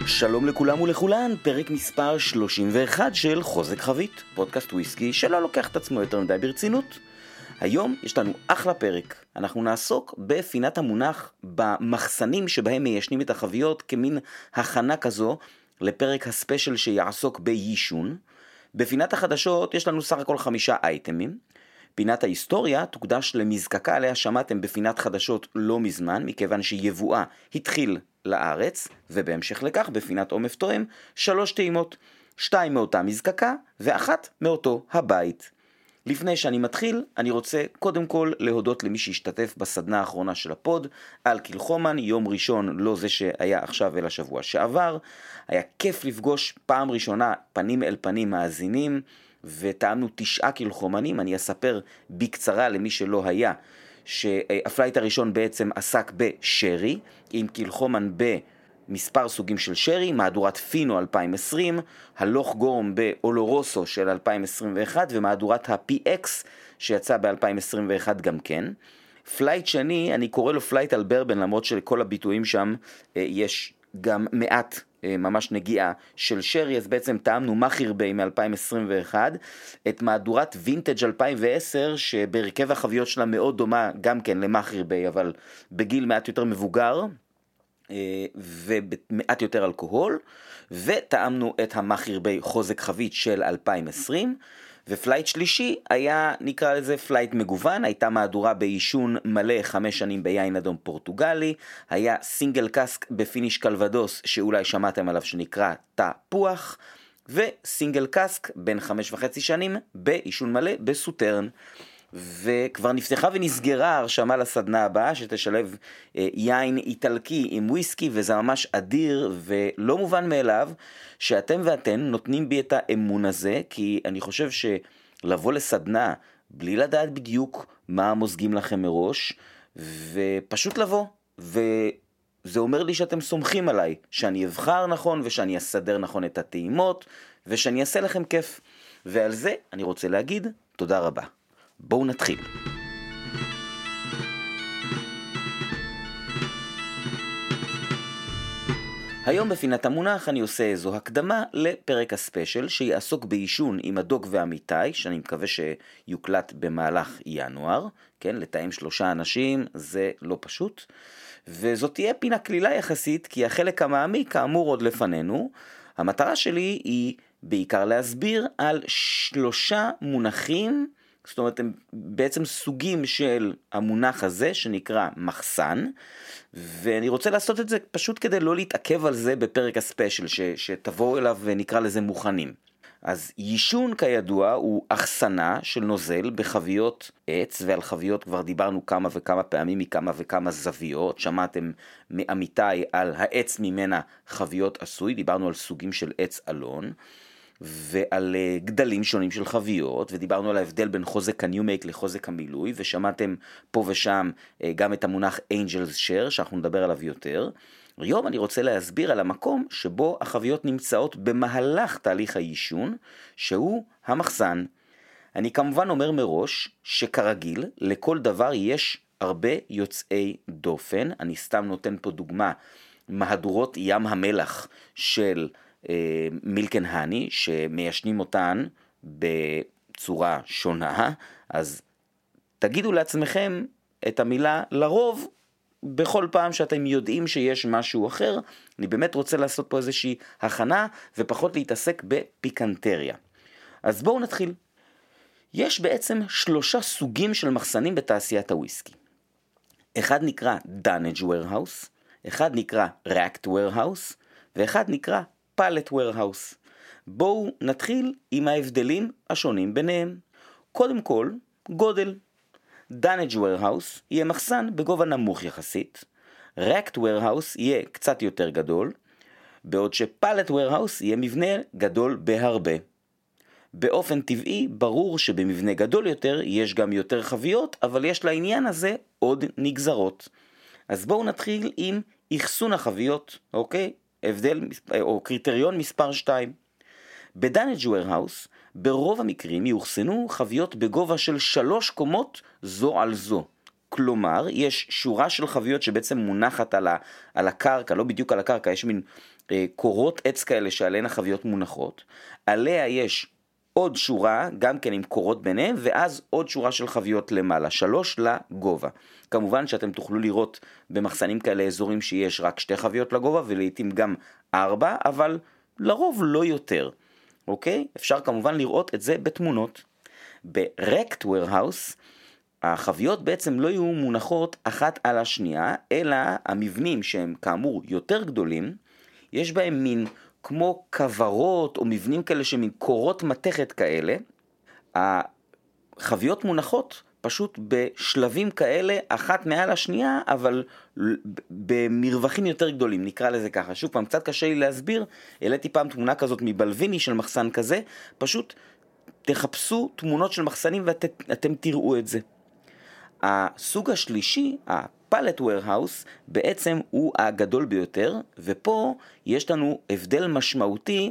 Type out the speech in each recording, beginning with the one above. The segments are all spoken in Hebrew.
שלום לכולם ולכולן, פרק מספר 31 של חוזק חבית, פודקאסט וויסקי שלא לוקח את עצמו יותר מדי ברצינות. היום יש לנו אחלה פרק, אנחנו נעסוק בפינת המונח במחסנים שבהם מיישנים את החביות כמין הכנה כזו לפרק הספיישל שיעסוק ביישון. בפינת החדשות יש לנו סך הכל 5 אייטמים. פינת ההיסטוריה תוקדש למזקקה עליה שמעתם בפינת חדשות לא מזמן, מכיוון שיבואה התחיל לארץ, ובהמשך לכך בפינת עומף תואם 3 טעימות, 2 מאותה מזקקה ו1 מאותו הבית. לפני שאני מתחיל, אני רוצה קודם כל להודות למי שהשתתף בסדנה האחרונה של הפוד, על קילחומן, יום ראשון, לא זה שהיה עכשיו אלא שבוע שעבר. היה כיף לפגוש פעם ראשונה פנים אל פנים מאזינים, וטעמנו 9 קילחומנים. אני אספר בקצרה למי שלא היה, שהפלייט הראשון בעצם עסק בשרי, עם קילחומן במספר סוגים של שרי, מהדורת פינו 2020, הלוך גורם באולורוסו של 2021, ומהדורת ה-PX שיצא ב-2021 גם כן. פלייט שני, אני קורא לו פלייט על ברבן, למרות שלכל הביטויים שם יש גם מעט ממש נגיעה של שרי, אז בעצם טעמנו מחיר ביי מ-2021, את מהדורת וינטג' 2010, שברכב החביות שלה מאוד דומה גם כן למחיר ביי, אבל בגיל מעט יותר מבוגר, ומעט יותר אלכוהול, וטעמנו את המחיר ביי חוזק חבית של 2020, ופלייט שלישי היה, נקרא לזה פלייט מגוון, הייתה מהדורה בעישון מלא 5 שנים ביין אדום פורטוגלי, היה סינגל קאסק בפיניש קלבדוס שאולי שמעתם עליו שנקרא תפוח, וסינגל קאסק בין 5.5 שנים בעישון מלא בסוטרן. וכבר נפתחה ונסגרה הרשמה לסדנה הבאה שתשלב יין איטלקי עם וויסקי, וזה ממש אדיר ולא מובן מאליו שאתם ואתן נותנים בי את האמון הזה, כי אני חושב שלבוא לסדנה בלי לדעת בדיוק מה מוזגים לכם מראש, ופשוט לבוא, וזה אומר לי שאתם סומכים עליי, שאני אבחר נכון ושאני אסדר נכון את הטעימות ושאני אעשה לכם כיף, ועל זה אני רוצה להגיד תודה רבה. בואו נתחיל. היום בפינת המונח אני עושה איזו הקדמה לפרק הספיישל שיעסוק בעישון עם הדוק ועמיתי, שאני מקווה שיוקלט במהלך ינואר, כן, לתאם 3 אנשים זה לא פשוט, וזאת תהיה פינה כלילה יחסית, כי החלק המעמיק כאמור עוד לפנינו. המטרה שלי היא בעיקר להסביר על 3 מונחים, זאת אומרת, הם בעצם סוגים של המונח הזה שנקרא מחסן, ואני רוצה לעשות את זה פשוט כדי לא להתעכב על זה בפרק הספיישל, שתבואו אליו ונקרא לזה מוכנים. אז יישון כידוע הוא אחסנה של נוזל בחביות עץ, ועל חביות כבר דיברנו כמה וכמה פעמים מכמה וכמה זוויות. שמעתם מעמיתי על העץ ממנה חביות עשוי, דיברנו על סוגים של עץ אלון, ועל גדלים שונים של חביות, ודיברנו על ההבדל בין חוזק הניומייק לחוזק המילוי, ושמעתם פה ושם גם את המונח Angel's Share, שאנחנו נדבר עליו יותר. היום אני רוצה להסביר על המקום שבו החביות נמצאות במהלך תהליך היישון, שהוא המחסן. אני כמובן אומר מראש שכרגיל לכל דבר יש הרבה יוצאי דופן. אני סתם נותן פה דוגמה, מהדורות ים המלח של מילקן הני, שמיישנים אותן בצורה שונה, אז תגידו לעצמכם את המילה לרוב בכל פעם שאתם יודעים שיש משהו אחר. אני באמת רוצה לעשות פה איזושהי הכנה ופחות להתעסק בפיקנטריה. אז בואו נתחיל. יש בעצם 3 סוגים של מחסנים בתעשיית הוויסקי. אחד נקרא Dunnage Warehouse, אחד נקרא Racked Warehouse, ואחד נקרא Pallet Warehouse. בואו נתחיל עם ההבדלים השונים ביניהם. קודם כל, גודל. Dunnage Warehouse יהיה מחסן בגובה נמוך יחסית, Racked Warehouse יהיה קצת יותר גדול, בעוד ש-Pallet Warehouse יהיה מבנה גדול בהרבה. באופן טבעי ברור שבמבנה גדול יותר יש גם יותר חביות, אבל יש לעניין הזה עוד נגזרות. אז בואו נתחיל עם אחסון החביות, אוקיי? הבדל או קריטריון מספר 2. ב-Dunnage Warehouse ברוב המקרים יוחסנו חביות בגובה של 3 קומות זו על זו. כלומר, יש שורה של חביות שבעצם מונחת על הקרקע, לא בדיוק על הקרקע, יש מין קורות עץ כאלה שעליהן החביות מונחות, עליה יש עוד שורה, גם כן עם קורות ביניהם, ואז עוד שורה של חביות למעלה, 3 לגובה. כמובן שאתם תוכלו לראות במחסנים כאלה אזורים שיש רק 2 חביות לגובה, ולעיתים גם 4, אבל לרוב לא יותר. אוקיי? אפשר כמובן לראות את זה בתמונות. ב-Wrecked Warehouse, החביות בעצם לא יהיו מונחות אחת על השנייה, אלא המבנים שהם כאמור יותר גדולים, יש בהם מין כמו כברות או מבנים כאלה שמין קורות מתכת כאלה. החביות מונחות פשוט בשלבים כאלה, אחת מעל השנייה, אבל במרווחים יותר גדולים, נקרא לזה ככה. שוב פעם, קצת קשה לי להסביר, העליתי פעם תמונה כזאת מבלוויני של מחסן כזה, פשוט תחפשו תמונות של מחסנים ואתם תראו את זה. הסוג השלישי, ה-Pallet Warehouse, בעצם הוא הגדול ביותר, ופה יש לנו הבדל משמעותי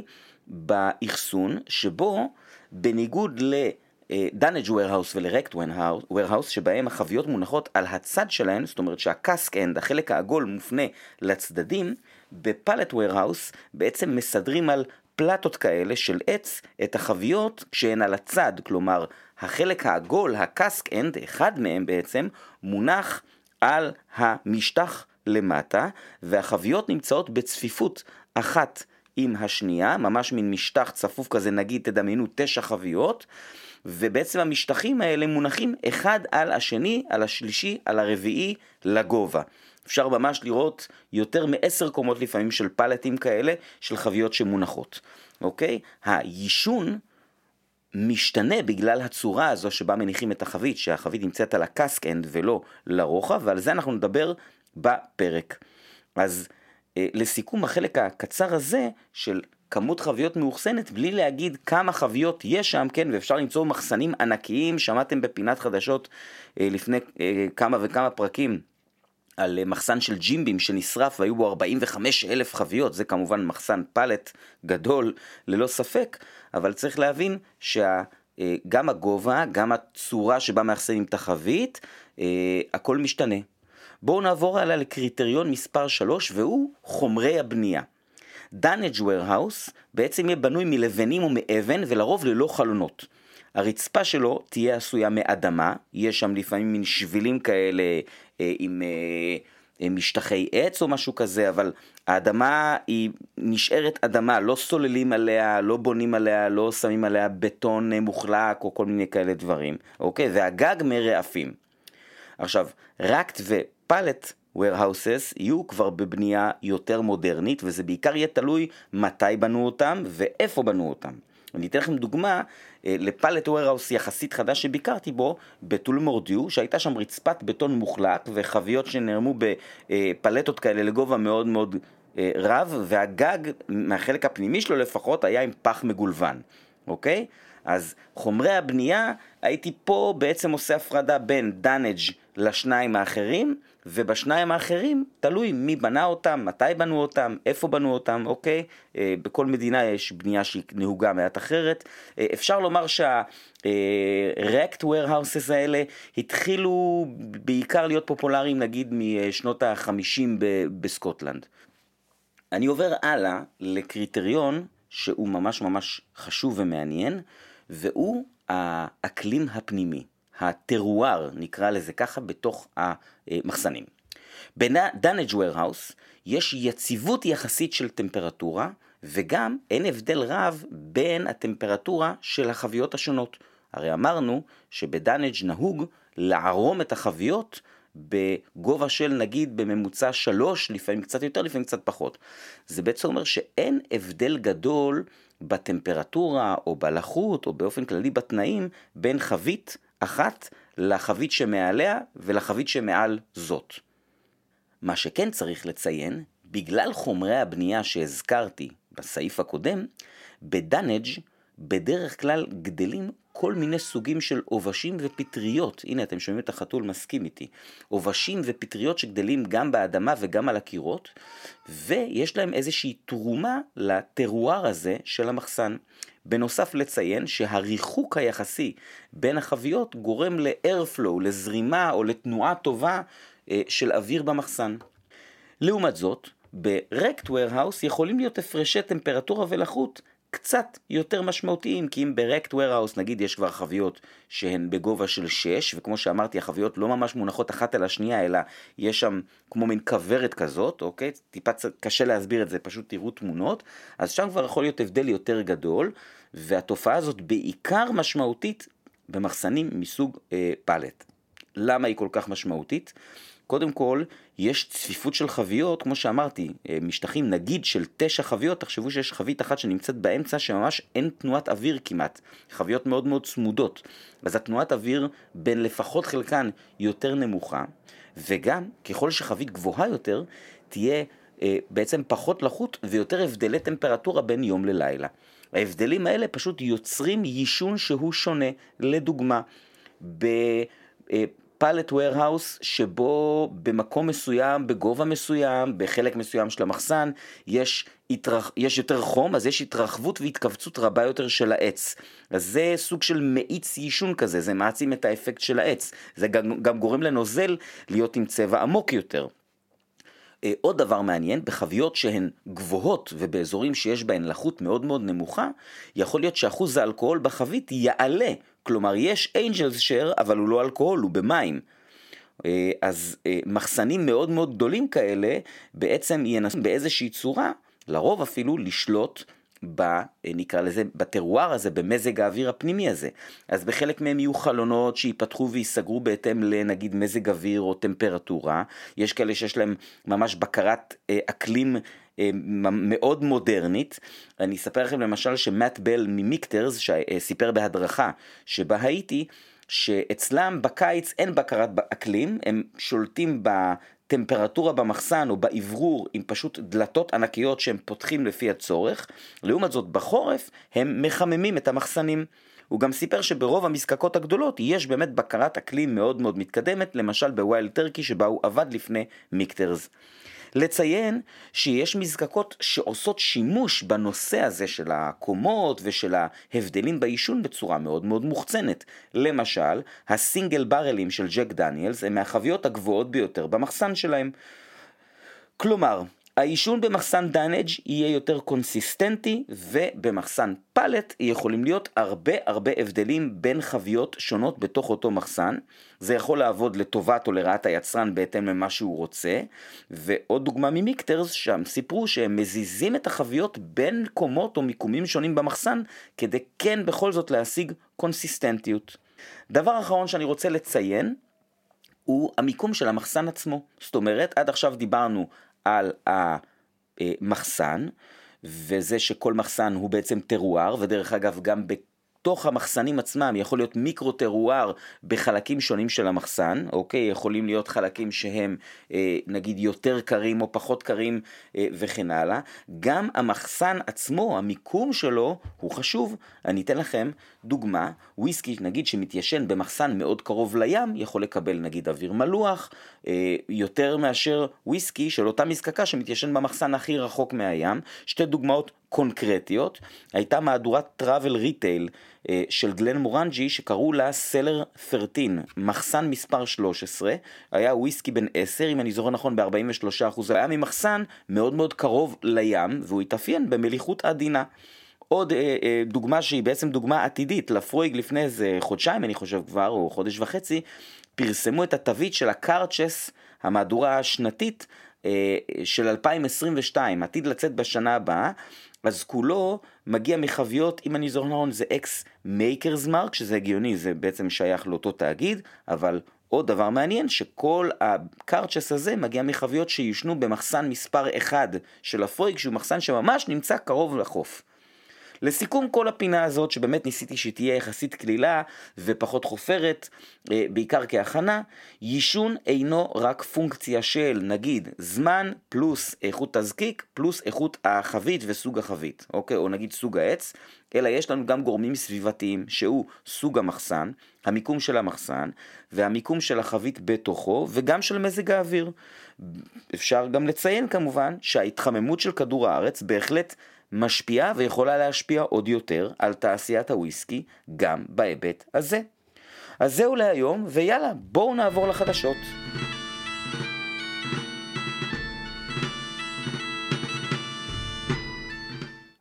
באחסון, שבו בניגוד ל-Dunnage Warehouse ול-Wrecked Warehouse, שבהם החביות מונחות על הצד שלהן, זאת אומרת שה-Cask End, החלק העגול מופנה לצדדים, ב-Pallet Warehouse בעצם מסדרים על פלטות כאלה של עץ את החביות כשהן על הצד, כלומר החלק העגול, הקאסק אנד, אחד מהם בעצם, מונח על המשטח למטה, והחביות נמצאות בצפיפות אחת עם השנייה, ממש מין משטח צפוף כזה, נגיד תדמיינו 9 חביות, ובעצם המשטחים האלה מונחים אחד על השני, על השלישי, על הרביעי, לגובה. אפשר ממש לראות יותר מ10 קומות לפעמים של פלטים כאלה, של חביות שמונחות. אוקיי? היישון משתנה בגלל הצורה הזו שבה מניחים את החבית, שהחבית נמצאת על הקאסק אנד ולא לרוחב, ועל זה אנחנו נדבר בפרק. אז לסיכום החלק הקצר הזה של כמות חביות מאוחסנת, בלי להגיד כמה חביות יש שם, כן, ואפשר למצוא מחסנים ענקיים, שמעתם בפינת חדשות לפני כמה וכמה פרקים, על מחסן של ג'ימבים שנשרף והיו בו 45,000 חביות, זה כמובן מחסן פלט גדול ללא ספק, אבל צריך להבין שגם הגובה, גם הצורה שבה מאחסנים את החבית, הכל משתנה. בואו נעבור עליה לקריטריון מספר 3, והוא חומרי הבנייה. Dunnage Warehouse בעצם יהיה בנוי מלבנים ומאבן ולרוב ללא חלונות. הרצפה שלו תהיה עשויה מאדמה, יש שם לפעמים מין שבילים כאלה עם משטחי עץ או משהו כזה, אבל האדמה היא נשארת אדמה, לא סוללים עליה, לא בונים עליה, לא שמים עליה בטון מוחלק או כל מיני כאלה דברים, אוקיי? והגג מרעפים. עכשיו, Wrecked ו-Pallet Warehouses יהיו כבר בבנייה יותר מודרנית, וזה בעיקר יהיה תלוי מתי בנו אותם ואיפה בנו אותם. אני אתן לכם דוגמה לפלט ווירהאוס יחסית חדש שביקרתי בו, בטול מורדיו, שהייתה שם רצפת בטון מוחלק וחביות שנרמו בפלטות כאלה לגובה מאוד מאוד רב, והגג מהחלק הפנימי שלו לפחות היה עם פח מגולבן, אוקיי? אז חומרי הבנייה, הייתי פה בעצם עושה הפרדה בין Dunnage לשניים האחרים, ובשניים האחרים תלוי מי בנה אותם, מתי בנו אותם, איפה בנו אותם, אוקיי? בכל מדינה יש בנייה שהיא נהוגה מעט אחרת. אפשר לומר שה-Wrecked Warehouses האלה התחילו בעיקר להיות פופולריים נגיד משנות ה-50 בסקוטלנד. אני עובר הלאה לקריטריון שהוא ממש ממש חשוב ומעניין, והוא האקלים הפנימי, הטרואר, נקרא לזה ככה, בתוך המחסנים. ב-Dunnage Warehouse יש יציבות יחסית של טמפרטורה, וגם אין הבדל רב בין הטמפרטורה של החביות השונות. הרי אמרנו שב-Dunnage נהוג לערום את החביות בגובה של נגיד בממוצע 3, לפעמים קצת יותר, לפעמים קצת פחות. זה בעצם אומר שאין הבדל גדול בטמפרטורה או בלחות או באופן כללי בתנאים בין חבית אחת לחבית שמעליה ולחבית שמעל זאת. מה שכן צריך לציין, בגלל חומרי הבנייה שהזכרתי בסעיף הקודם, ב-Dunnage בדרך כלל גדלים כל מיני סוגים של עובשים ופטריות. הנה אתם שומעים את החתול מסכים איתי. עובשים ופטריות שגדלים גם באדמה וגם על הקירות, ויש להם איזושהי תרומה לטרואר הזה של המחסן. בנוסף לציין שהריחוק היחסי בין החביות גורם ל-airflow, לזרימה או לתנועה טובה של אוויר במחסן. לעומת זאת, ברקט ווירהאוס יכולים להיות הפרשי טמפרטורה ולחות קצת יותר משמעותיים, כי אם ברקט ווירהאוס נגיד יש כבר חביות שהן בגובה של 6, וכמו שאמרתי החביות לא ממש מונחות אחת על השנייה, אלא יש שם כמו מין כוורת כזאת, אוקיי? טיפה קשה להסביר את זה, פשוט תראו תמונות, אז שם כבר יכול להיות הבדל יותר גדול, והתופעה הזאת בעיקר משמעותית במחסנים מסוג פלט. למה היא כל כך משמעותית? קודם כל, יש צפיפות של חביות, כמו שאמרתי, משטחים נגיד של 9 חביות, תחשבו שיש חבית אחת שנמצאת באמצע שממש אין תנועת אוויר כמעט, חביות מאוד מאוד צמודות, אז התנועת אוויר בין לפחות חלקן יותר נמוכה, וגם ככל שחבית גבוהה יותר, תהיה בעצם פחות לחות ויותר הבדלי טמפרטורה בין יום ללילה. ההבדלים האלה פשוט יוצרים יישון שהוא שונה, לדוגמה, פלט ווירהאוס שבו במקום מסוים, בגובה מסוים, בחלק מסוים של המחסן, יש יותר חום, אז יש התרחבות והתכווצות רבה יותר של העץ. אז זה סוג של מאיץ יישון כזה, זה מעצים את האפקט של העץ. זה גם גורם לנוזל להיות עם צבע עמוק יותר. עוד דבר מעניין, בחביות שהן גבוהות ובאזורים שיש בהן לחות מאוד מאוד נמוכה, יכול להיות שאחוז האלכוהול בחבית יעלה, כלומר יש אנג'לס שייר, אבל הוא לא אלכוהול, הוא במים. אז מחסנים מאוד מאוד גדולים כאלה, בעצם ינסו באיזושהי צורה, לרוב אפילו לשלוט נקרא לזה, בטרואר הזה, במזג האוויר הפנימי הזה. אז בחלק מהם יהיו חלונות שיפתחו ויסגרו בהתאם לנגיד מזג אוויר או טמפרטורה. יש כאלה שיש להם ממש בקרת אקלים מאוד מודרנית. אני אספר לכם למשל שמאט בל ממיקטרס, שסיפר בהדרכה שבה הייתי, שאצלם בקיץ אין בקרת אקלים, הם שולטים טמפרטורה במחסן או באוורור עם פשוט דלתות ענקיות שהם פותחים לפי הצורך. לעומת זאת בחורף הם מחממים את המחסנים. הוא גם סיפר שברוב המזקקות הגדולות יש באמת בקרת אקלים מאוד מאוד מתקדמת, למשל בוויילד טרקי שבה הוא עבד לפני מיקטרס. לציין שיש מזקקות שעושות שימוש בנושא הזה של הקומות ושל ההבדלים בעישון בצורה מאוד מאוד מוחצנת. למשל, הסינגל ברלים של ג'ק דניאלס הם מהחביות הגבוהות ביותר במחסן שלהם. כלומר, העישון במחסן דנג' יהיה יותר קונסיסטנטי, ובמחסן פלט יכולים להיות הרבה הבדלים בין חביות שונות בתוך אותו מחסן. זה יכול לעבוד לטובת או לרעת היצרן בהתאם למה שהוא רוצה. ועוד דוגמה ממיקטרס, שם סיפרו שהם מזיזים את החביות בין קומות או מיקומים שונים במחסן, כדי כן בכל זאת להשיג קונסיסטנטיות. דבר אחרון שאני רוצה לציין, הוא המיקום של המחסן עצמו. זאת אומרת, עד עכשיו דיברנו על המחסן, וזה שכל מחסן הוא בעצם טרואר, ודרך אגב גם בתוך המחסנים עצמם יכול להיות מיקרו טרואר בחלקים שונים של המחסן, אוקיי? יכולים להיות חלקים שהם נגיד יותר קרים או פחות קרים וכן הלאה. גם המחסן עצמו, המיקום שלו הוא חשוב. אני אתן לכם דוגמה, וויסקי נגיד שמתיישן במחסן מאוד קרוב לים, יכול לקבל נגיד אוויר מלוח, יותר מאשר וויסקי של אותה מזקקה שמתיישן במחסן הכי רחוק מהים. שתי דוגמאות קונקרטיות, הייתה מהדורת טראבל ריטייל של גלן מורנג'י שקראו לה סלר 13, מחסן מספר 13, היה וויסקי בן 10, אם אני זוכר נכון ב-43%, היה ממחסן מאוד מאוד קרוב לים, והוא התאפיין במליחות עדינה. עוד דוגמה שהיא בעצם דוגמה עתידית, לפרויג לפני איזה חודשיים אני חושב כבר, או חודש וחצי, פרסמו את התווית של הקארצ'ס, המהדורה השנתית של 2022, עתיד לצאת בשנה הבאה, אז כולו מגיע מחביות, אם אני זוכר נכון, זה אקס מייקרס מרק, שזה הגיוני, זה בעצם שייך לאותו תאגיד, אבל עוד דבר מעניין, שכל הקארצ'ס הזה מגיע מחביות שיושנו במחסן מספר 1 של הפרויג, שהוא מחסן שממש נמצא קרוב לחוף. לסיכום כל הפינה הזאת, שבאמת ניסיתי שתהיה יחסית כלילה ופחות חופרת, בעיקר כהכנה, יישון אינו רק פונקציה של נגיד זמן פלוס איכות תזקיק פלוס איכות החבית וסוג החבית, אוקיי? או נגיד סוג העץ, אלא יש לנו גם גורמים סביבתיים שהוא סוג המחסן, המיקום של המחסן והמיקום של החבית בתוכו וגם של מזג האוויר. אפשר גם לציין כמובן שההתחממות של כדור הארץ בהחלט משפיעה ויכולה להשפיע עוד יותר על תעשיית הוויסקי גם בהיבט הזה. אז זהו להיום, ויאללה, בואו נעבור לחדשות.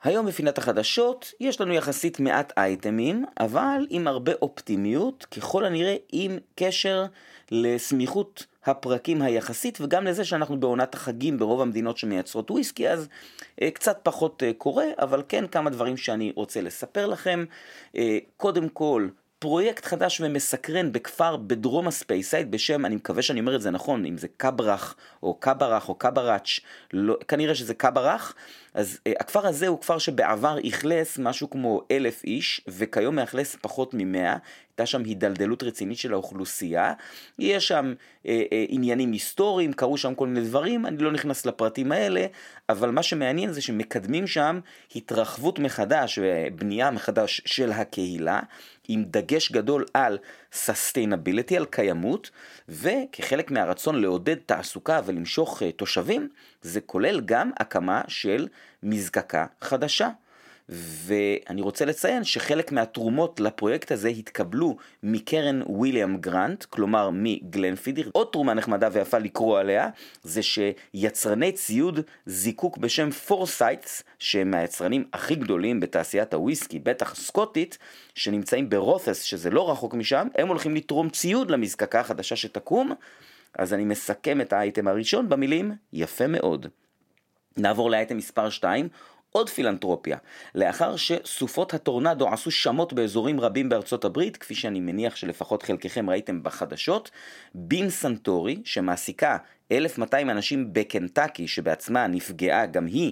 היום בפינת החדשות יש לנו יחסית מעט אייטמים, אבל עם הרבה אופטימיות, ככל הנראה עם קשר לסמיכות הפרקים היחסית, וגם לזה שאנחנו בעונת החגים ברוב המדינות שמייצרות וויסקי, אז קצת פחות קורה, אבל כן כמה דברים שאני רוצה לספר לכם. קודם כל, פרויקט חדש ומסקרן בכפר בדרום הספייסייד בשם, אני מקווה שאני אומר את זה נכון, אם זה קברח או קברח או קבראץ', לא, כנראה שזה קברח. אז הכפר הזה הוא כפר שבעבר הכלס משהו כמו 1,000 איש, וכיום מאכלס פחות מ100. הייתה שם הידלדלות רצינית של האוכלוסייה, יש שם עניינים היסטוריים, קרו שם כל מיני דברים, אני לא נכנס לפרטים האלה, אבל מה שמעניין זה שמקדמים שם התרחבות מחדש ובנייה מחדש של הקהילה, עם דגש גדול על sustainability, על קיימות, וכחלק מהרצון לעודד תעסוקה ולמשוך תושבים, זה כולל גם הקמה של מזקקה חדשה. ואני רוצה לציין שחלק מהתרומות לפרויקט הזה התקבלו מקרן וויליאם גרנט, כלומר מגלנפידיך. עוד תרומה נחמדה ויפה לקרוא עליה, זה שיצרני ציוד זיקוק בשם פורסייטס, שהם מהיצרנים הכי גדולים בתעשיית הוויסקי, בטח סקוטית, שנמצאים ברות'ס, שזה לא רחוק משם, הם הולכים לתרום ציוד למזקקה החדשה שתקום. אז אני מסכם את האייטם הראשון במילים יפה מאוד. נעבור לאייטם מספר 2, עוד פילנטרופיה. לאחר שסופות הטורנדו עשו שמות באזורים רבים בארצות הברית, כפי שאני מניח שלפחות חלקכם ראיתם בחדשות, בין סנטורי, שמעסיקה 1,200 אנשים בקנטקי, שבעצמה נפגעה גם היא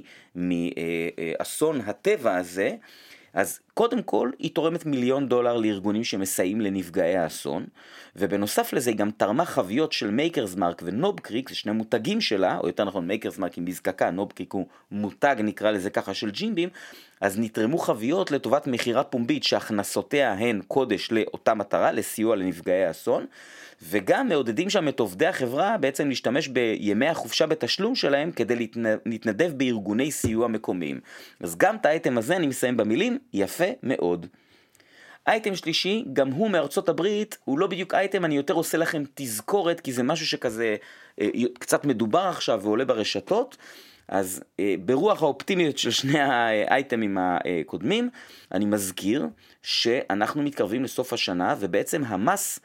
מאסון הטבע הזה, אז קודם כל היא תורמת $1,000,000 לארגונים שמסייעים לנפגעי האסון, ובנוסף לזה היא גם תרמה חביות של מייקרס מרק ונוב קריק, זה שני מותגים שלה, או יותר נכון מייקרס מרק עם מזקקה, נוב קריק הוא מותג נקרא לזה ככה של ג'ינבים, אז נתרמו חביות לטובת מחירה פומבית שהכנסותיה הן קודש לאותה מטרה, לסיוע לנפגעי האסון, וגם מעודדים שם את עובדי החברה בעצם להשתמש בימי החופשה בתשלום שלהם כדי להתנדב בארגוני סיוע מקומיים. אז גם את האייטם הזה אני מסיים במילים יפה מאוד. אייטם שלישי, גם הוא מארצות הברית, הוא לא בדיוק אייטם, אני יותר עושה לכם תזכורת, כי זה משהו שכזה קצת מדובר עכשיו ועולה ברשתות. אז ברוח האופטימיות של שני האייטמים הקודמים, אני מזכיר שאנחנו מתקרבים לסוף השנה, ובעצם המס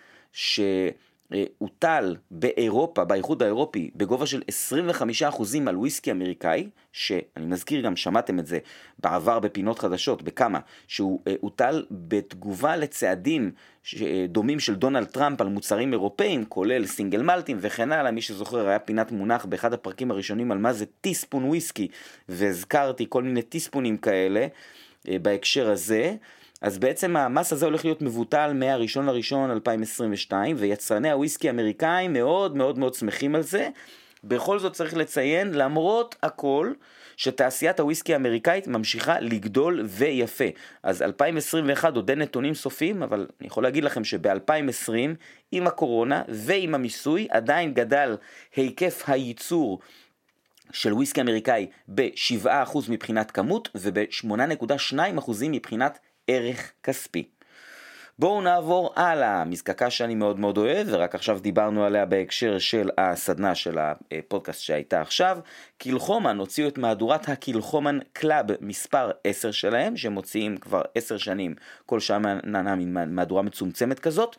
שהוטל באירופה, באיחוד האירופי, בגובה של 25% על וויסקי אמריקאי, שאני מזכיר גם שמעתם את זה בעבר בפינות חדשות, בכמה, שהוא הוטל בתגובה לצעדים דומים של דונלד טראמפ על מוצרים אירופאים, כולל סינגל מלטים וכן הלאה. מי שזוכר, היה פינת מונח באחד הפרקים הראשונים על מה זה טיספון וויסקי, והזכרתי כל מיני טיספונים כאלה בהקשר הזה. אז בעצם המס הזה הולך להיות מבוטל מה-1/1/2022, ויצרני הוויסקי האמריקאים מאוד מאוד מאוד שמחים על זה. בכל זאת צריך לציין, למרות הכל, שתעשיית הוויסקי האמריקאית ממשיכה לגדול ויפה. אז 2021 עוד אין נתונים סופיים, אבל אני יכול להגיד לכם שב-2020, עם הקורונה ועם המיסוי, עדיין גדל היקף הייצור של וויסקי אמריקאי ב-7% מבחינת כמות, וב-8.2% מבחינת ערך כספי. בואו נעבור על המזקקה שאני מאוד מאוד אוהב, ורק עכשיו דיברנו עליה בהקשר של הסדנה של הפודקאסט שהייתה עכשיו. קילחומן הוציאו את מהדורת הקילחומן קלאב מספר 10 שלהם, שמוציאים כבר 10 שנים, כל שנה מהדורה מצומצמת כזאת,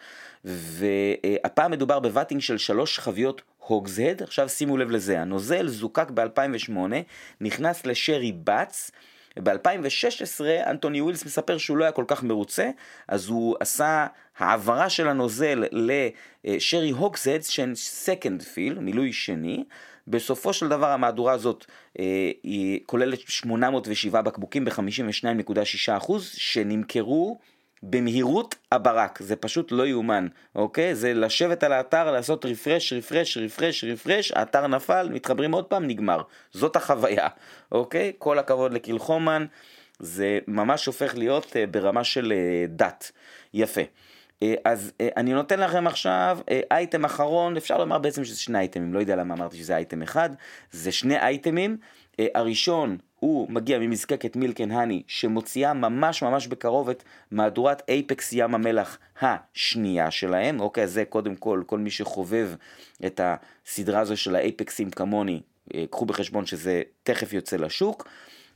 והפעם מדובר בוואטינג של 3 חביות הוגזהד. עכשיו שימו לב לזה, הנוזל זוקק ב-2008, נכנס לשרי בץ, ב-2016 אנטוני ווילס מספר שהוא לא היה כל כך מרוצה, אז הוא עשה העברה של הנוזל לשרי הוגזהד של סקנד פיל, מילוי שני. בסופו של דבר המהדורה הזאת היא כוללת 807 בקבוקים ב-52.6%, שנמכרו במהירות הברק. זה פשוט לא יאומן, אוקיי? זה לשבת על האתר, לעשות רפרש, האתר נפל, מתחברים עוד פעם, נגמר. זאת החוויה, אוקיי? כל הכבוד לקילחומן, זה ממש הופך להיות ברמה של דת. יפה. אז אני נותן לכם עכשיו אייטם אחרון, אפשר לומר בעצם שזה שני אייטמים, לא יודע למה אמרתי שזה אייטם אחד, זה שני אייטמים. הראשון הוא מגיע ממזקקת מילק אנד הני, שמוציאה ממש ממש בקרוב את מהדורת אייפקס ים המלח השנייה שלהם. אוקיי, אז זה קודם כל מי שחובב את הסדרה הזו של האייפקסים כמוני, קחו בחשבון שזה תכף יוצא לשוק.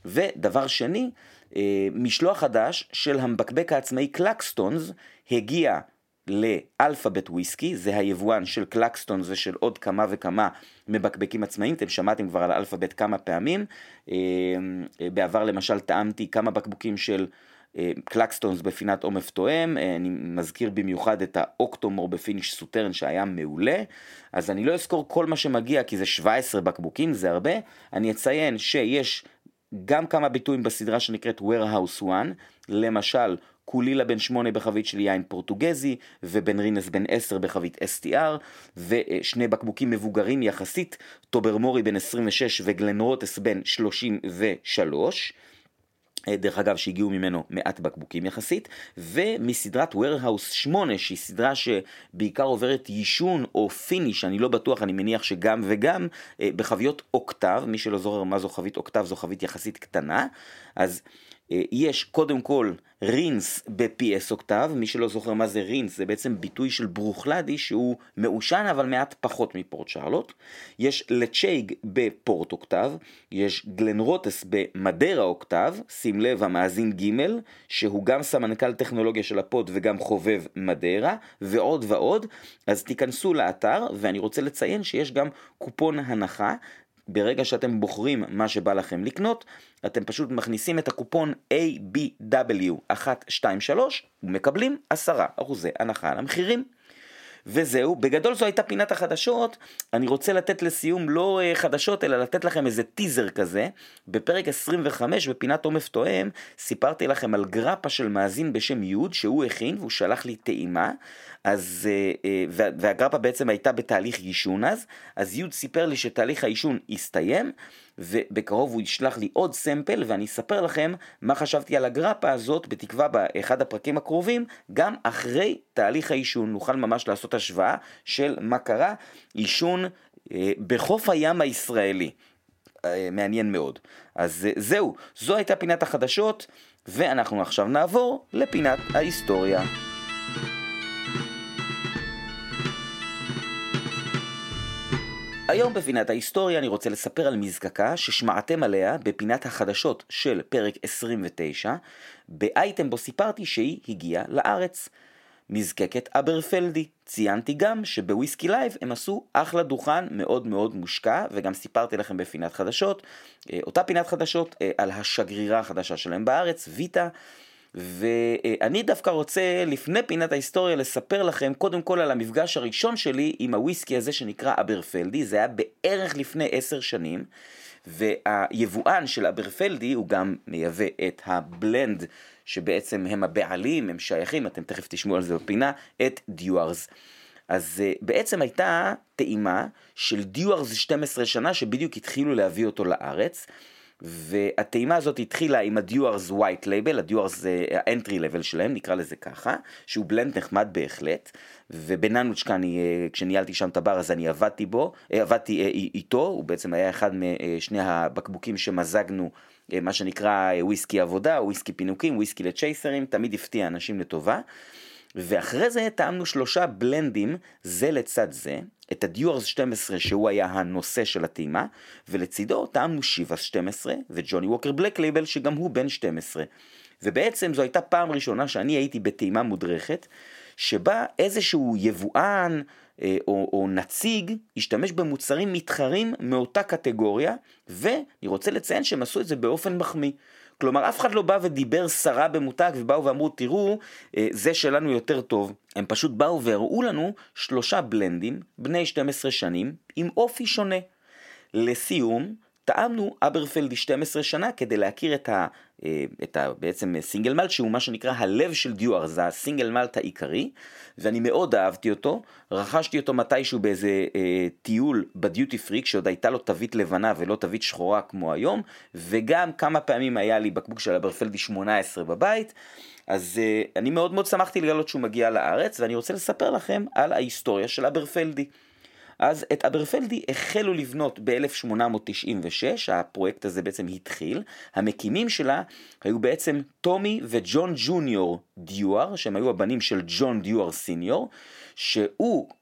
ודבר שני, משלוח חדש של המבקבק העצמאי קלקסטונס הגיע לאלפאבית וויסקי, זה היבואן של קלקסטונס ושל עוד כמה וכמה מבקבקים עצמאיים, אתם שמעתם כבר על אלפאבית כמה פעמים, בעבר למשל טעמתי כמה בקבוקים של קלקסטונס בפינת עומף תואם, אני מזכיר במיוחד את האוקטומור בפיניש סוטרן שהיה מעולה, אז אני לא אזכור כל מה שמגיע כי זה 17 בקבוקים, זה הרבה, אני אציין שיש גם כמה ביטויים בסדרה שנקראת Warehouse 1, למשל קולילה בן 8 בחבית של יין פורטוגזי, ובן רינס בן 10 בחבית STR, ושני בקבוקים מבוגרים יחסית, טוברמורי בן 26 וגלנרוטס בן 33, דרך אגב שהגיעו ממנו מעט בקבוקים יחסית, ומסדרת Warehouse 8 שהיא סדרה שבעיקר עוברת יישון או פיניש, אני לא בטוח, אני מניח שגם וגם, בחביות אוקטב, מי שלא זוכר מה זו חבית אוקטב, זו חבית יחסית קטנה, אז יש קודם כל רינס ב-PS אוקטב, מי שלא זוכר מה זה רינס, זה בעצם ביטוי של ברוכלדי שהוא מאושן אבל מעט פחות מפורט שרלוט, יש לצ'ייג בפורט אוקטב, יש גלנרוטס במדרה אוקטב, שים לב המאזין ג' שהוא גם סמנכ"ל טכנולוגיה של הפוד וגם חובב מדרה, ועוד ועוד, אז תיכנסו לאתר ואני רוצה לציין שיש גם קופון הנחה, ברגע שאתם בוחרים מה שבא לכם לקנות, אתם פשוט מכניסים את הקופון ABW123 ומקבלים 10% הנחה על המחירים. וזהו, בגדול זו הייתה פינת החדשות, אני רוצה לתת לסיום לא חדשות אלא לתת לכם איזה טיזר כזה, בפרק 25 בפינת עומף תואם, סיפרתי לכם על גרפה של מאזין בשם יוד שהוא הכין והוא שלח לי טעימה, אז, והגרפה בעצם הייתה בתהליך יישון אז יוד סיפר לי שתהליך היישון הסתיים, ובקרוב הוא ישלח לי עוד סמפל, ואני אספר לכם מה חשבתי על הגרפה הזאת, בתקווה באחד הפרקים הקרובים, גם אחרי תהליך היישון, נוכל ממש לעשות השוואה של מה קרה, יישון בחוף הים הישראלי, מעניין מאוד. אז זהו, זו הייתה פינת החדשות, ואנחנו עכשיו נעבור לפינת ההיסטוריה. היום בפינת ההיסטוריה אני רוצה לספר על מזקקה ששמעתם עליה בפינת החדשות של פרק 29, באייטם בו סיפרתי שהיא הגיעה לארץ. מזקקת אברפלדי. ציינתי גם שבוויסקי לייב הם עשו אחלה דוכן מאוד מאוד מושקע, וגם סיפרתי לכם בפינת חדשות, אותה פינת חדשות על השגרירה החדשה שלהם בארץ, ויטה, ואני דווקא רוצה לפני פינת ההיסטוריה לספר לכם קודם כל על המפגש הראשון שלי עם הוויסקי הזה שנקרא אברפלדי. זה היה בערך לפני 10 שנים, והיבואן של אברפלדי הוא גם מייבא את הבלנד שבעצם הם הבעלים, הם שייכים, אתם תכף תשמעו על זה בפינה, את דיוארס. אז בעצם הייתה טעימה של דיוארס 12 שנה שבדיוק התחילו להביא אותו לארץ, והטעימה הזאת התחילה עם הדיוארס ווייט לייבל, הדיוארס זה האנטרי לבל שלהם, נקרא לזה ככה, שהוא בלנד נחמד בהחלט, ובננוצ'קה כשניהלתי שם את הבר אז אני עבדתי איתו, הוא בעצם היה אחד משני הבקבוקים שמזגנו, מה שנקרא וויסקי עבודה, וויסקי פינוקים, וויסקי לצ'ייסרים, תמיד הפתיע אנשים לטובה. ואחרי זה טעמנו 3 בלנדים זה לצד זה, את הדיוארס 12 שהוא היה הנושא של הטעימה, ולצידו טעמנו שיבאס 12 וג'וני ווקר בלק לייבל שגם הוא בן 12. ובעצם זו הייתה פעם ראשונה שאני הייתי בטעימה מודרכת, שבה איזשהו יבואן או נציג השתמש במוצרים מתחרים מאותה קטגוריה, ואני רוצה לציין שהם עשו את זה באופן מחמיא. כלומר, אף אחד לא בא ודיבר שרה במותג ובאו ואמרו, תראו, זה שלנו יותר טוב. הם פשוט באו והראו לנו 3 בלנדים, בני 12 שנים, עם אופי שונה. לסיום, טעמנו אברפלדי 12 שנה כדי להכיר את בעצם סינגל מלט, שהוא מה שנקרא הלב של דיוארס, זה הסינגל מלט העיקרי, ואני מאוד אהבתי אותו, רכשתי אותו מתישהו באיזה טיול בדיוטי פרי, כשעוד הייתה לו תווית לבנה ולא תווית שחורה כמו היום, וגם כמה פעמים היה לי בקבוק של אברפלדי 18 בבית, אז אני מאוד מאוד שמחתי לגלות שהוא מגיע לארץ, ואני רוצה לספר לכם על ההיסטוריה של אברפלדי. אז את אברפלדי החלו לבנות ב-1896, הפרויקט הזה בעצם התחיל, המקימים שלה היו בעצם טומי וג'ון ג'וניור דיואר, שהם היו הבנים של ג'ון דיואר סיניור, שהוא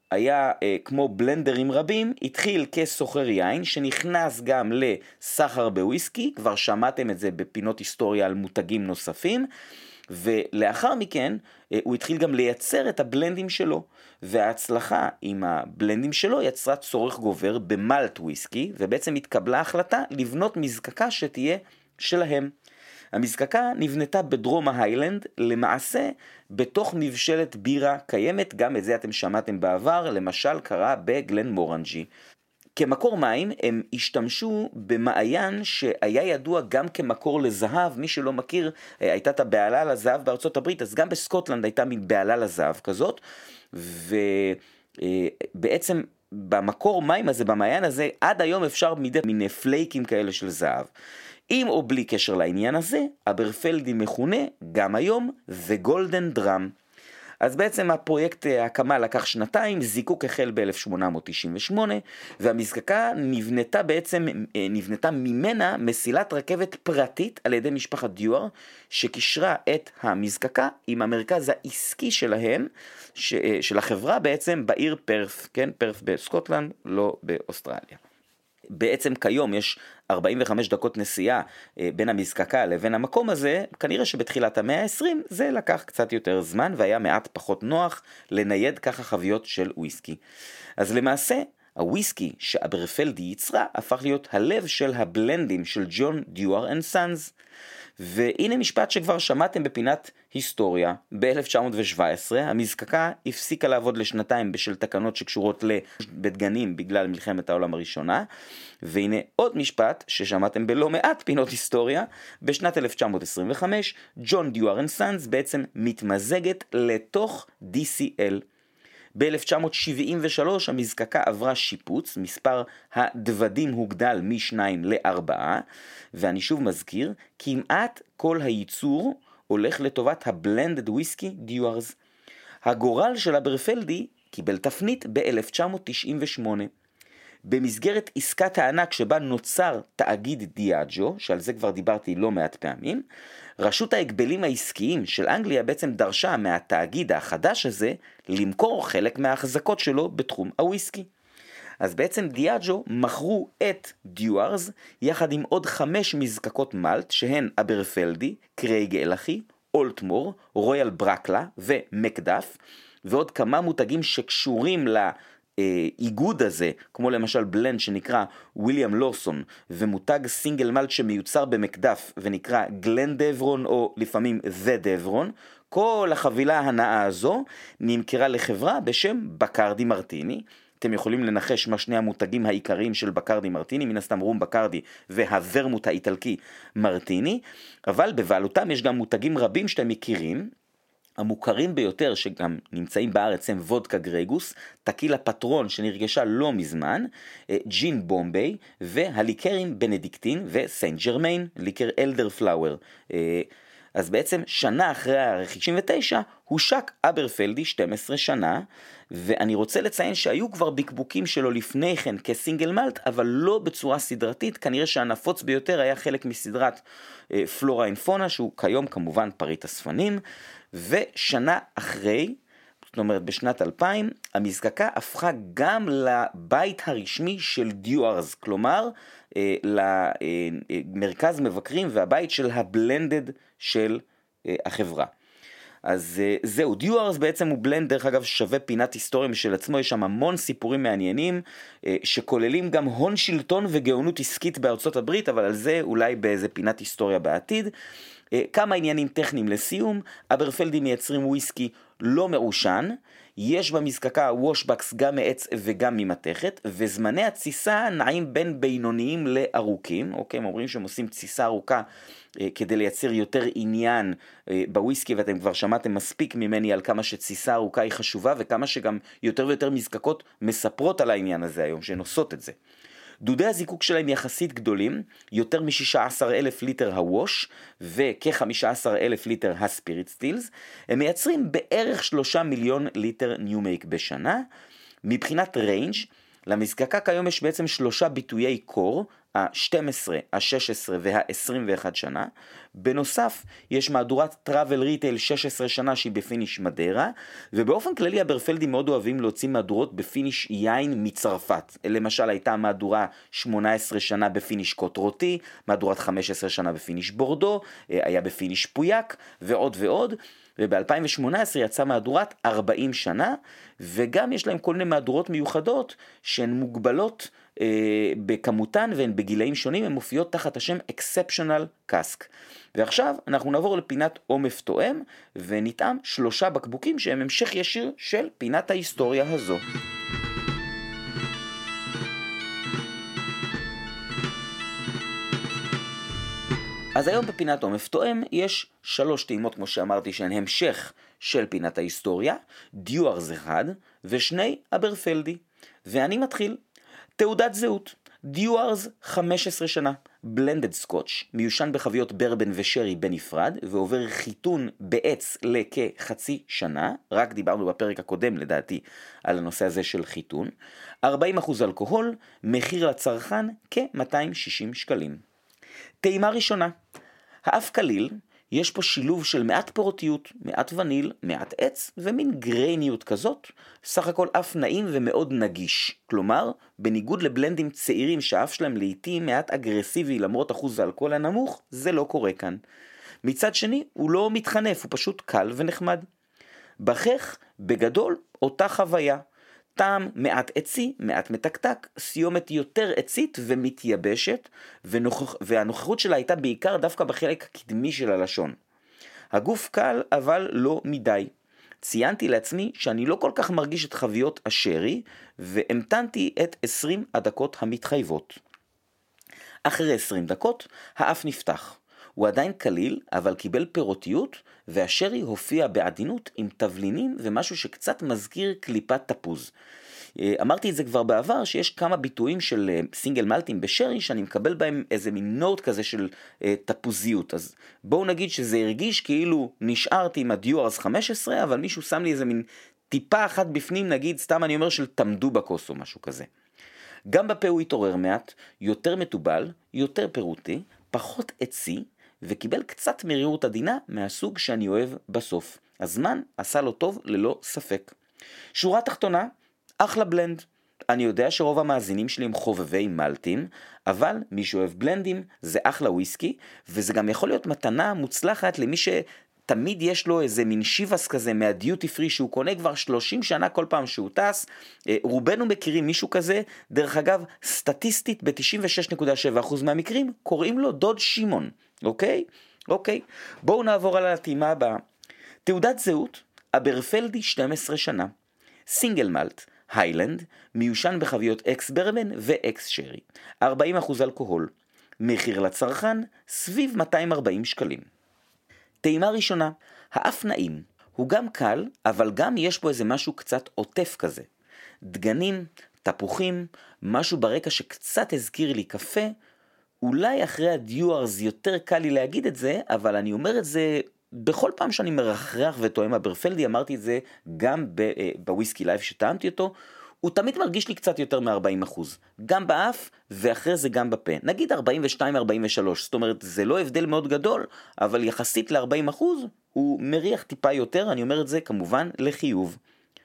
היה כמו בלנדרים רבים, התחיל כסוחר יין שנכנס גם לסחר בוויסקי, כבר שמעתם את זה בפינות היסטוריה על מותגים נוספים, ולאחר מכן הוא התחיל גם לייצר את הבלנדים שלו, וההצלחה עם הבלנדים שלו יצרה צורך גובר במלט וויסקי, ובעצם התקבלה החלטה לבנות מזקקה שתהיה שלהם. המזקקה נבנתה בדרום ההיילנד, למעשה בתוך מבשלת בירה קיימת, גם את זה אתם שמעתם בעבר, למשל קרה בגלן מורנג'י. כמקור מים הם השתמשו במעיין שהיה ידוע גם כמקור לזהב. מי שלא מכיר, הייתה את הבעלה לזהב בארצות הברית, אז גם בסקוטלנד הייתה מין בעלה לזהב כזאת, ובעצם במקור מים הזה, במעיין הזה, עד היום אפשר מיני פלייקים כאלה של זהב. עם או בלי קשר לעניין הזה, אברפלדי מכונה גם היום The Golden Drum. אז בעצם הפרויקט ההקמה לקח שנתיים, זיקוק החל ב-1898, והמזקקה נבנתה ממנה מסילת רכבת פרטית על ידי משפחת דיואר, שקישרה את המזקקה עם המרכז העסקי שלהם, של החברה בעצם בעיר פרף, כן? פרף בסקוטלנד, לא באוסטרליה. בעצם כיום יש 45 דקות נסיעה בין המזקקה לבין המקום הזה, כנראה שבתחילת המאה ה-20 זה לקח קצת יותר זמן והיה מעט פחות נוח לנייד ככה חביות של וויסקי. אז למעשה הוויסקי שאברפלדי יצרה הפך להיות הלב של הבלנדים של ג'ון דיואר אנד סאנס. והנה משפט שכבר שמעתם בפינת היסטוריה. ב-1917 המזקקה הפסיקה לעבוד לשנתיים בשל תקנות שקשורות לבדגנים בגלל מלחמת העולם הראשונה. והנה עוד משפט ששמעתם בלא מעט פינות היסטוריה. בשנת 1925 ג'ון דיואר אנד סאנס בעצם מתמזגת לתוך DCL. ב-1973 המזקקה עברה שיפוץ, מספר הדוודים הוגדל מ2 ל4, ואני שוב מזכיר, כמעט כל הייצור הולך לטובת הבלנדד וויסקי דיוארס. הגורל של אברפלדי קיבל תפנית ב-1998. במסגרת עסקת הענק שבה נוצר תאגיד דיאג'ו, שעל זה כבר דיברתי לא מעט פעמים, רשות ההגבלים העסקיים של אנגליה בעצם דרשה מהתאגיד החדש הזה למכור חלק מההחזקות שלו בתחום הוויסקי. אז בעצם דיאג'ו מכרו את דיוארס יחד עם עוד 5 מזקקות מלט שהן אברפלדי, קרייג אלחי, אולטמור, רויאל ברקלה ומקדף, ועוד כמה מותגים שקשורים איגוד הזה, כמו למשל בלנד שנקרא וויליאם לורסון, ומותג סינגל מלט שמיוצר במקדף ונקרא גלן דברון או לפעמים The דברון. כל החבילה הנאה הזו נמכרה לחברה בשם בקרדי מרטיני. אתם יכולים לנחש מה שני המותגים העיקריים של בקרדי מרטיני, מן הסתם רום בקרדי והוורמוט האיטלקי מרטיני, אבל בבעלותם יש גם מותגים רבים שאתם מכירים. המוכרים ביותר שגם נמצאים בארץ הם וודקה גרגוס, טקילה פטרון שנרגשה לא מזמן, ג'ין בומביי והליקרים בנדיקטין וסיינט ג'רמיין, ליקר אלדר פלאואר. אז בעצם שנה אחרי ה-99 הושק אברפלדי 12 שנה, ואני רוצה לציין שהיו כבר בקבוקים שלו לפני כן כסינגל מלט, אבל לא בצורה סדרתית. כנראה שהנפוץ ביותר היה חלק מסדרת פלורה אנד פונה, שהוא כיום כמובן פריט הספנים. ושנה אחרי, זאת אומרת בשנת 2000, המזקקה הפכה גם לבית הרשמי של דיוארס, כלומר למרכז מבקרים והבית של הבלנדד של החברה. אז זהו, דיוארס בעצם הוא בלנד, דרך אגב שווה פינת היסטוריה משל עצמו, יש שם המון סיפורים מעניינים שכוללים גם הון שלטון וגאונות עסקית בארצות הברית, אבל על זה אולי באיזה פינת היסטוריה בעתיד. כמה עניינים טכניים לסיום. אברפלדי מייצרים וויסקי לא מעושן, יש במזקקה וושבקס גם מעץ וגם ממתכת, וזמני התסיסה נעים בין בינוניים לארוכים. אוקיי, הם אומרים שהם עושים תסיסה ארוכה כדי לייצר יותר עניין בוויסקי, ואתם כבר שמעתם מספיק ממני על כמה שתסיסה ארוכה היא חשובה, וכמה שגם יותר ויותר מזקקות מספרות על העניין הזה היום, שהן עושות את זה. דודי הזיקוק שלהם יחסית גדולים, יותר מ-16,000 ליטר הווש וכ-15,000 ליטר הספיריט סטילס. הם מייצרים בערך 3 מיליון ליטר ניו מייק בשנה. מבחינת ריינג' למזקקה כיום יש בעצם 3 ביטויי קור, ה-12, ה-16 וה-21 שנה. בנוסף, יש מהדורת טראבל ריטייל 16 שנה שהיא בפיניש מדרה, ובאופן כללי הברפלדים מאוד אוהבים להוציא מהדורות בפיניש יין מצרפת. למשל הייתה מהדורה 18 שנה בפיניש קוטרוטי, מהדורת 15 שנה בפיניש בורדו, היה בפיניש פויאק ועוד ועוד. וב-2018 יצאה מהדורת 40 שנה, וגם יש להם כל מיני מהדורות מיוחדות שהן מוגבלות בכמותן והן בגילאים שונים, הן מופיעות תחת השם Exceptional Cask. ועכשיו אנחנו נעבור לפינת עומף תואם ונטעם 3 בקבוקים שהם המשך ישיר של פינת ההיסטוריה הזו. אז היום בפינת עומף תואם יש 3 טעימות כמו שאמרתי שהן המשך של פינת ההיסטוריה, דיוארס 1 ו2 אברפלדי. ואני מתחיל. תעודת זהות, דיוארס 15 שנה, בלנדד סקוטש, מיושן בחביות ברבן ושרי בנפרד, ועובר חיתון בעץ לכחצי שנה, רק דיברנו בפרק הקודם לדעתי על הנושא הזה של חיתון, 40% אלכוהול, מחיר לצרכן כ-260 שקלים. טעימה ראשונה, האף קליל, יש פה שילוב של מעט פירותיות, מעט וניל, מעט עץ ומין גרייניות כזאת, סך הכל אף נעים ומאוד נגיש. כלומר, בניגוד לבלנדים צעירים שהאף שלהם לעתים מעט אגרסיבי למרות אחוז האלכוהול הנמוך, זה לא קורה כאן. מצד שני, הוא לא מתחנף, הוא פשוט קל ונחמד. בכך, בגדול, אותה חוויה. טעם מעט עצי, מעט מתקתק, סיומת יותר עצית ומתייבשת, והנוכחות שלה הייתה בעיקר דווקא בחלק הקדמי של הלשון. הגוף קל אבל לא מדי. ציינתי לעצמי שאני לא כל כך מרגיש את חביות השרי, והמתנתי את 20 הדקות המתחייבות. אחרי 20 דקות, האף נפתח. הוא עדיין קליל, אבל קיבל פירותיות, והשרי הופיע בעדינות עם תבלינים ומשהו שקצת מזכיר קליפת תפוז. אמרתי את זה כבר בעבר, שיש כמה ביטויים של סינגל מלטים בשרי, שאני מקבל בהם איזה מין נוט כזה של תפוזיות. אז בואו נגיד שזה הרגיש כאילו נשארתי עם הדיוארס 15, אבל מישהו שם לי איזה מין טיפה אחת בפנים, נגיד סתם אני אומר של תמדו בכוס או משהו כזה. גם בפה הוא התעורר מעט, יותר מטובל, יותר פירוטי, פחות עצי, וקיבל קצת מרירות עדינה מהסוג שאני אוהב בסוף. הזמן עשה לו טוב ללא ספק. שורה תחתונה, אחלה בלנד. אני יודע שרוב המאזינים שלי הם חובבי מלטים, אבל מי שאוהב בלנדים זה אחלה וויסקי, וזה גם יכול להיות מתנה מוצלחת למי שתמיד יש לו איזה מין שיבס כזה מהדיוטי פרי שהוא קונה כבר 30 שנה כל פעם שהוא טס. רובנו מכירים מישהו כזה, דרך אגב, סטטיסטית ב-96.7% מהמקרים קוראים לו דוד שימון. אוקיי. בואו נעבור על הטעימה הבאה. תעודת זהות, אברפלדי 12 שנה. סינגל מלט, היילנד, מיושן בחביות אקס ברבן ואקס שרי. 40% אלכוהול. מחיר לצרכן, סביב 240 שקלים. טעימה ראשונה, האף נעים. הוא גם קל, אבל גם יש בו איזה משהו קצת עוטף כזה. דגנים, תפוחים, משהו ברקע שקצת הזכיר לי קפה, אולי אחרי הדיוארס יותר קל לי להגיד את זה, אבל אני אומר את זה בכל פעם שאני מרחרח וטועם אברפלדי, אמרתי את זה גם בוויסקי לייב שטעמתי אותו, הוא תמיד מרגיש לי קצת יותר מ-40%, גם באף ואחרי זה גם בפה, נגיד 42-43, זאת אומרת זה לא הבדל מאוד גדול, אבל יחסית ל-40% הוא מריח טיפה יותר, אני אומר את זה כמובן לחיוב.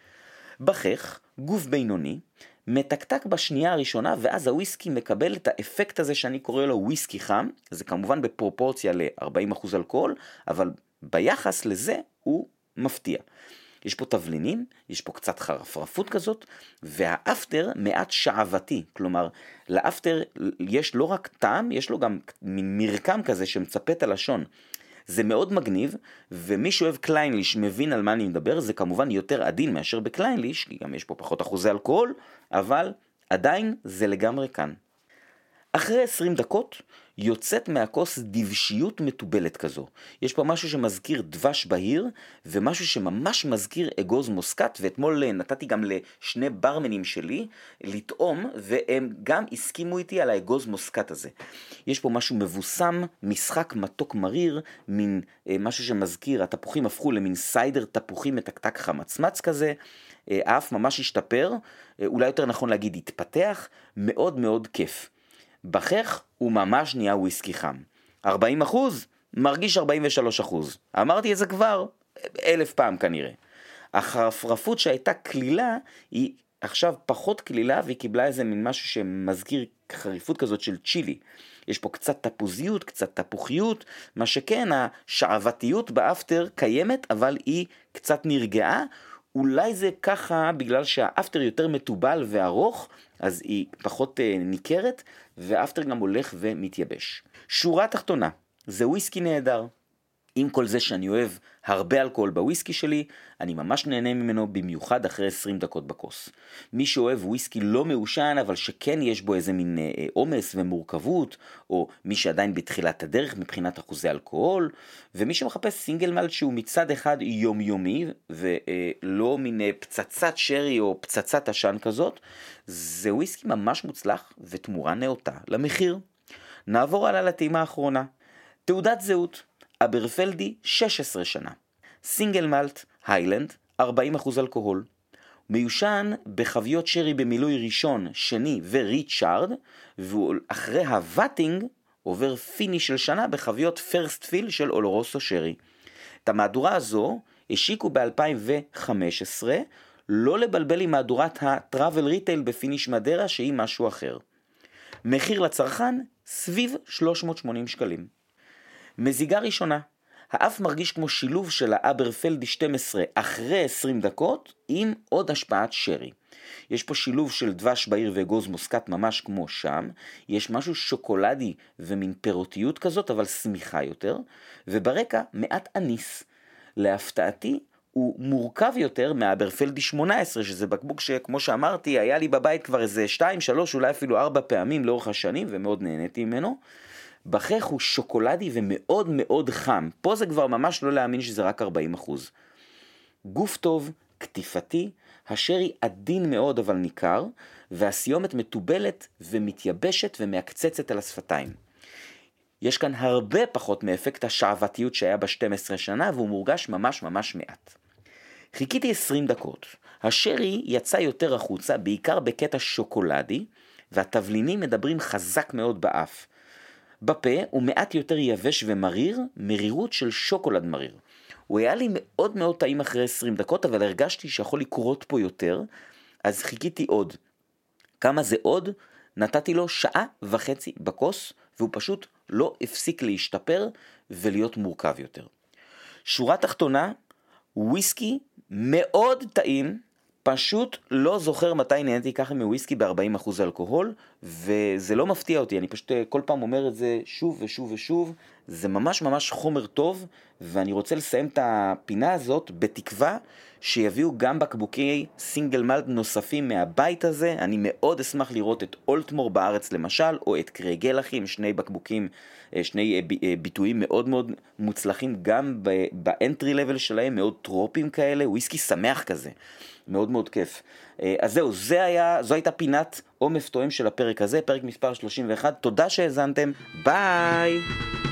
בכך, גוף בינוני, מתקתק בשנייה הראשונה, ואז הוויסקי מקבל את האפקט הזה שאני קורא לו וויסקי חם, זה כמובן בפרופורציה ל-40% אלכוהול, אבל ביחס לזה הוא מפתיע. יש פה תבלינים, יש פה קצת חרפרפות כזאת, והאפטר מעט שעבתי, כלומר, לאפטר יש לא רק טעם, יש לו גם מרקם כזה שמצפה את הלשון. זה מאוד מגניב, ומי שאוהב קליינליש מבין על מה אני מדבר, זה כמובן יותר עדין מאשר בקליינליש, כי גם יש פה פחות אחוזי אלכוהול, אבל עדיין זה לגמרי כאן. אחרי 20 דקות יוצאת מהכוס דבשיות מטובלת כזו. יש פה משהו שמזכיר דבש בהיר, ומשהו שממש מזכיר אגוז מוסקט, ואתמול נתתי גם לשני ברמנים שלי לטעום, והם גם הסכימו איתי על האגוז מוסקט הזה. יש פה משהו מבוסם, משחק מתוק מריר, מין משהו שמזכיר, התפוחים הפכו למין סיידר תפוחים מתקתק חמצמץ כזה, האף ממש השתפר, אולי יותר נכון להגיד התפתח, מאוד מאוד כיף. בכך הוא ממש נהיה וויסקי חם. 40% מרגיש 43%. אמרתי את זה כבר 1000 פעם כנראה. החרפרפות שהייתה כלילה היא עכשיו פחות כלילה, והיא קיבלה איזה מין משהו שמזכיר חריפות כזאת של צ'ילי. יש פה קצת תפוזיות, קצת תפוחיות, מה שכן השעוותיות באפטר קיימת, אבל היא קצת נרגעה. אולי זה ככה בגלל שהאפטר יותר מטובל וארוך, אז היא פחות ניכרת, והאפטר גם הולך ומתייבש. שורה תחתונה, זה וויסקי נהדר. עם כל זה שאני אוהב הרבה אלכוהול בוויסקי שלי, אני ממש נהנה ממנו במיוחד אחרי 20 דקות בכוס. מי שאוהב וויסקי לא מעושן, אבל שכן יש בו איזה מין עומס ומורכבות, או מי שעדיין בתחילת הדרך מבחינת אחוזי אלכוהול, ומי שמחפש סינגל מלט שהוא מצד אחד יומיומי, ולא מין פצצת שרי או פצצת עשן כזאת, זה וויסקי ממש מוצלח ותמורה נאותה למחיר. נעבור הלאה לטעימה האחרונה. תעודת זהות. אברפלדי 16 שנה. סינגל מלט, היילנד, 40% אלכוהול. מיושן בחביות שרי במילוי ראשון, שני וריצ'ארד, ואחרי הווטינג עובר פיני של שנה בחביות פרסט פיל של אולורוסו שרי. את המהדורה הזו השיקו ב-2015, לא לבלבל עם מהדורת הטראבל ריטייל בפיניש מדרה שהיא משהו אחר. מחיר לצרכן סביב 380 שקלים. מזיגה ראשונה, האף מרגיש כמו שילוב של האברפלדי 12 אחרי 20 דקות עם עוד השפעת שרי. יש פה שילוב של דבש בהיר ואגוז מוסקת ממש כמו שם, יש משהו שוקולדי ומין פירותיות כזאת אבל סמיכה יותר, וברקע מעט אניס. להפתעתי הוא מורכב יותר מהאברפלדי 18, שזה בקבוק שכמו שאמרתי היה לי בבית כבר איזה 2, 3, אולי אפילו 4 פעמים לאורך השנים ומאוד נהניתי ממנו. בכך הוא שוקולדי ומאוד מאוד חם. פה זה כבר ממש לא להאמין שזה רק 40%. גוף טוב, כתיפתי, השרי עדין מאוד אבל ניכר, והסיומת מטובלת ומתייבשת ומקצצת על השפתיים. יש כאן הרבה פחות מאפקט השעוותיות שהיה ב-12 שנה, והוא מורגש ממש ממש מעט. חיכיתי 20 דקות. השרי יצא יותר החוצה, בעיקר בקטע שוקולדי, והתבלינים מדברים חזק מאוד באף. בפה הוא מעט יותר יבש ומריר, מרירות של שוקולד מריר. הוא היה לי מאוד מאוד טעים אחרי 20 דקות, אבל הרגשתי שיכול לקרות פה יותר, אז חיכיתי עוד. כמה זה עוד? נתתי לו 1.5 שעה בכוס, והוא פשוט לא הפסיק להשתפר ולהיות מורכב יותר. שורה תחתונה, וויסקי מאוד טעים, פשוט לא זוכר מתי נהניתי ככה מוויסקי ב-40% אלכוהול, וזה לא מפתיע אותי, אני פשוט כל פעם אומר את זה שוב ושוב ושוב, זה ממש ממש חומר טוב, ואני רוצה לסיים את הפינה הזאת בתקווה שיביאו גם בקבוקי סינגל מלט נוספים מהבית הזה. אני מאוד אשמח לראות את אולטמור בארץ למשל, או את קריגלחים, שני בקבוקים, שני ביטויים מאוד מאוד מוצלחים גם באנטרי לבל שלהם, מאוד טרופים כאלה, וויסקי שמח כזה, מאוד מאוד כיף. אז זהו, זו הייתה פינת עומף תואם של הפרק הזה, פרק מספר 31. תודה שהאזנתם, ביי!